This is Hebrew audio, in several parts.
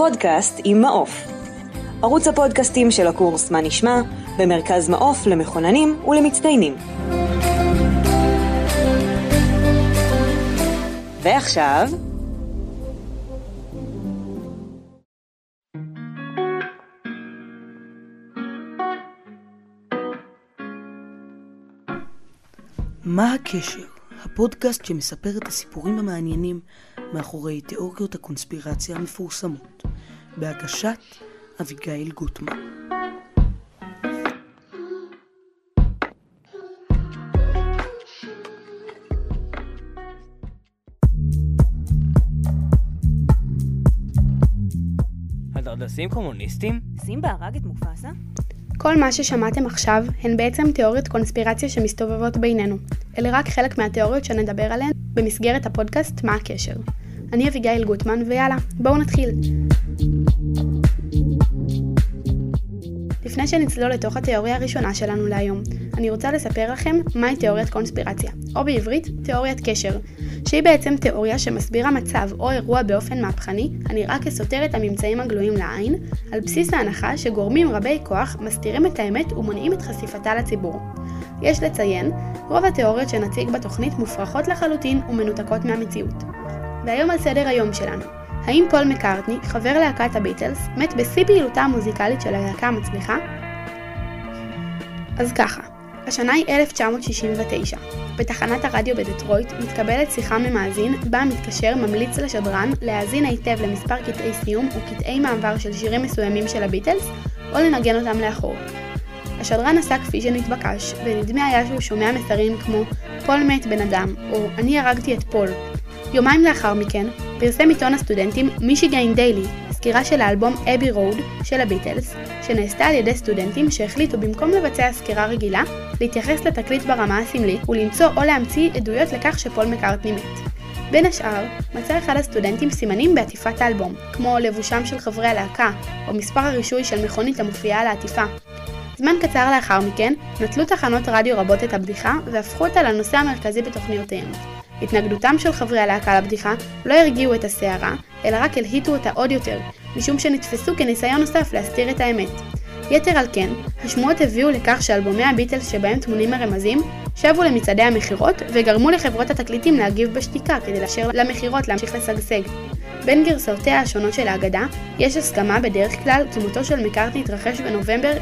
פודקאסט עם מעוף. ערוץ הפודקאסטים של הקורס מה נשמע, במרכז מעוף למכוננים ולמצטיינים. ועכשיו... מה הקשר? הפודקאסט שמספר את הסיפורים המעניינים מאחורי תיאוריות הקונספירציה המפורסמות, בהגשת אביגיל גוטמן. הדרדסים קומוניסטים? סימבה הרג את מופסה? כל מה ששמעתם עכשיו הן בעצם תיאוריות קונספירציה שמסתובבות בינינו. אלה רק חלק מהתיאוריות שנדבר עליהן במסגרת הפודקאסט מה הקשר. אני אביגיל גוטמן ויאללה, בואו נתחיל. לפני שנצלול לתוך התיאוריה הראשונה שלנו להיום, אני רוצה לספר לכם מהי תיאוריית קונספירציה, או בעברית תיאוריית קשר, שהיא בעצם תיאוריה שמסבירה מצב או אירוע באופן מהפכני, הנראה כסותר את הממצאים הגלויים לעין, על בסיס ההנחה שגורמים רבי כוח מסתירים את האמת ומונעים את חשיפתה לציבור. יש לציין, רוב התיאוריות שנציג בתוכנית מופרכות לחלוטין ומנותקות מהמציאות. והיום על סדר היום שלנו, האם פול מקארטני, חבר להקת הביטלס, מת בשיא פעילותה המוזיקלית של הלהקה המצליחה? אז ככה, השנה היא 1969. בתחנת הרדיו בדטרויט מתקבלת שיחה ממאזין בה מתקשר ממליץ לשדרן להאזין היטב למספר קטעי סיום וקטעי מעבר של שירים מסוימים של הביטלס או לנגן אותם לאחור. השדרן עשה כפי שנתבקש ונדמה היה שהוא שומע מסרים כמו פול מת בן אדם או אני הרגתי את פול. יומיים לאחר מכן פרסם עיתון הסטודנטים מישיגן דיילי סקירה של האלבום אבי רוד של הביטלס שנעשתה על ידי סטודנטים שהחליטו במקום לבצע סקירה רגילה להתייחס לתקליט ברמה הסמלית ולמצוא או להמציא עדויות לכך שפול מקארטני מת. בין השאר מצא אחד הסטודנטים סימנים בעטיפת האלבום כמו לבושם של חברי הלהקה או מספר הרישוי של מכונית המופיעה על העטיפה. זמן קצר לאחר מכן נטלו תחנות רדיו רבות את הבדיחה והפכו אותה לנושא המרכזי בתוכניותיהם. התנגדותם של חברי הלהקה לבדיחה לא הרגיעו את הסערה, אלא רק הלהיטו אותה עוד יותר, משום שנתפסו כניסיון נוסף להסתיר את האמת. יתר על כן, השמועות הביאו לכך שאלבומי הביטלס שבהם תמונים הרמזים, שבו למצעדי המחירות וגרמו לחברות התקליטים להגיב בשתיקה כדי לאפשר למחירות להמשיך לשגשג. בין גרסאותיה השונות של האגדה, יש הסכמה בדרך כלל כי מותו של מקארטני התרחש בנובמבר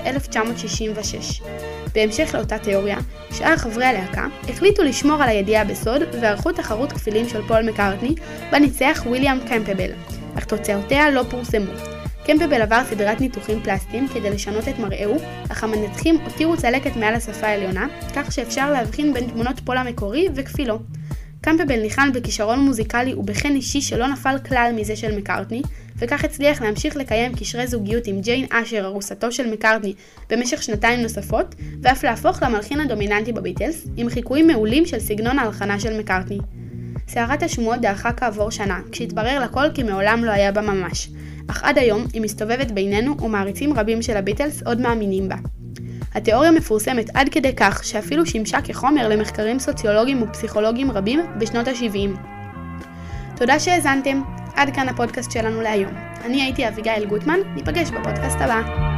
1966. בהמשך לאותה תיאוריה, שאר חברי הלהקה החליטו לשמור על הידיעה בסוד וערכו תחרות כפילים של פול מקארטני בה ניצח וויליאם קמפבל, אך תוצאותיה לא פורסמו. קמפבל עבר סדרת ניתוחים פלסטיים כדי לשנות את מראהו, אך המנתחים הותירו צלקת מעל השפה העליונה, כך שאפשר להבחין בין תמונות פול המקורי וכפילו. קמפבל ניחן בכישרון מוזיקלי ובחן אישי שלא נפל כלל מזה של מקארטני, וכך הצליח להמשיך לקיים קשרי זוגיות עם ג'יין אשר, ארוסתו של מקארטני, במשך שנתיים נוספות, ואף להפוך למלחין הדומיננטי בביטלס, עם חיקויים מעולים של סגנון ההלחנה של מקארטני. סערת השמועות דעכה כעבור שנה, כשהתברר לכל כי מעולם לא היה בה ממש, אך עד היום היא מסתובבת בינינו ומעריצים רבים של הביטלס עוד מאמינים בה. התיאוריה מפורסמת עד כדי כך שאפילו שימשה כחומר למחקרים סוציולוגיים ופסיכולוגיים רבים בשנות ה-70. תודה שהאזנתם, עד כאן הפודקאסט שלנו להיום. אני הייתי אביגיל גוטמן, ניפגש בפודקאסט הבא.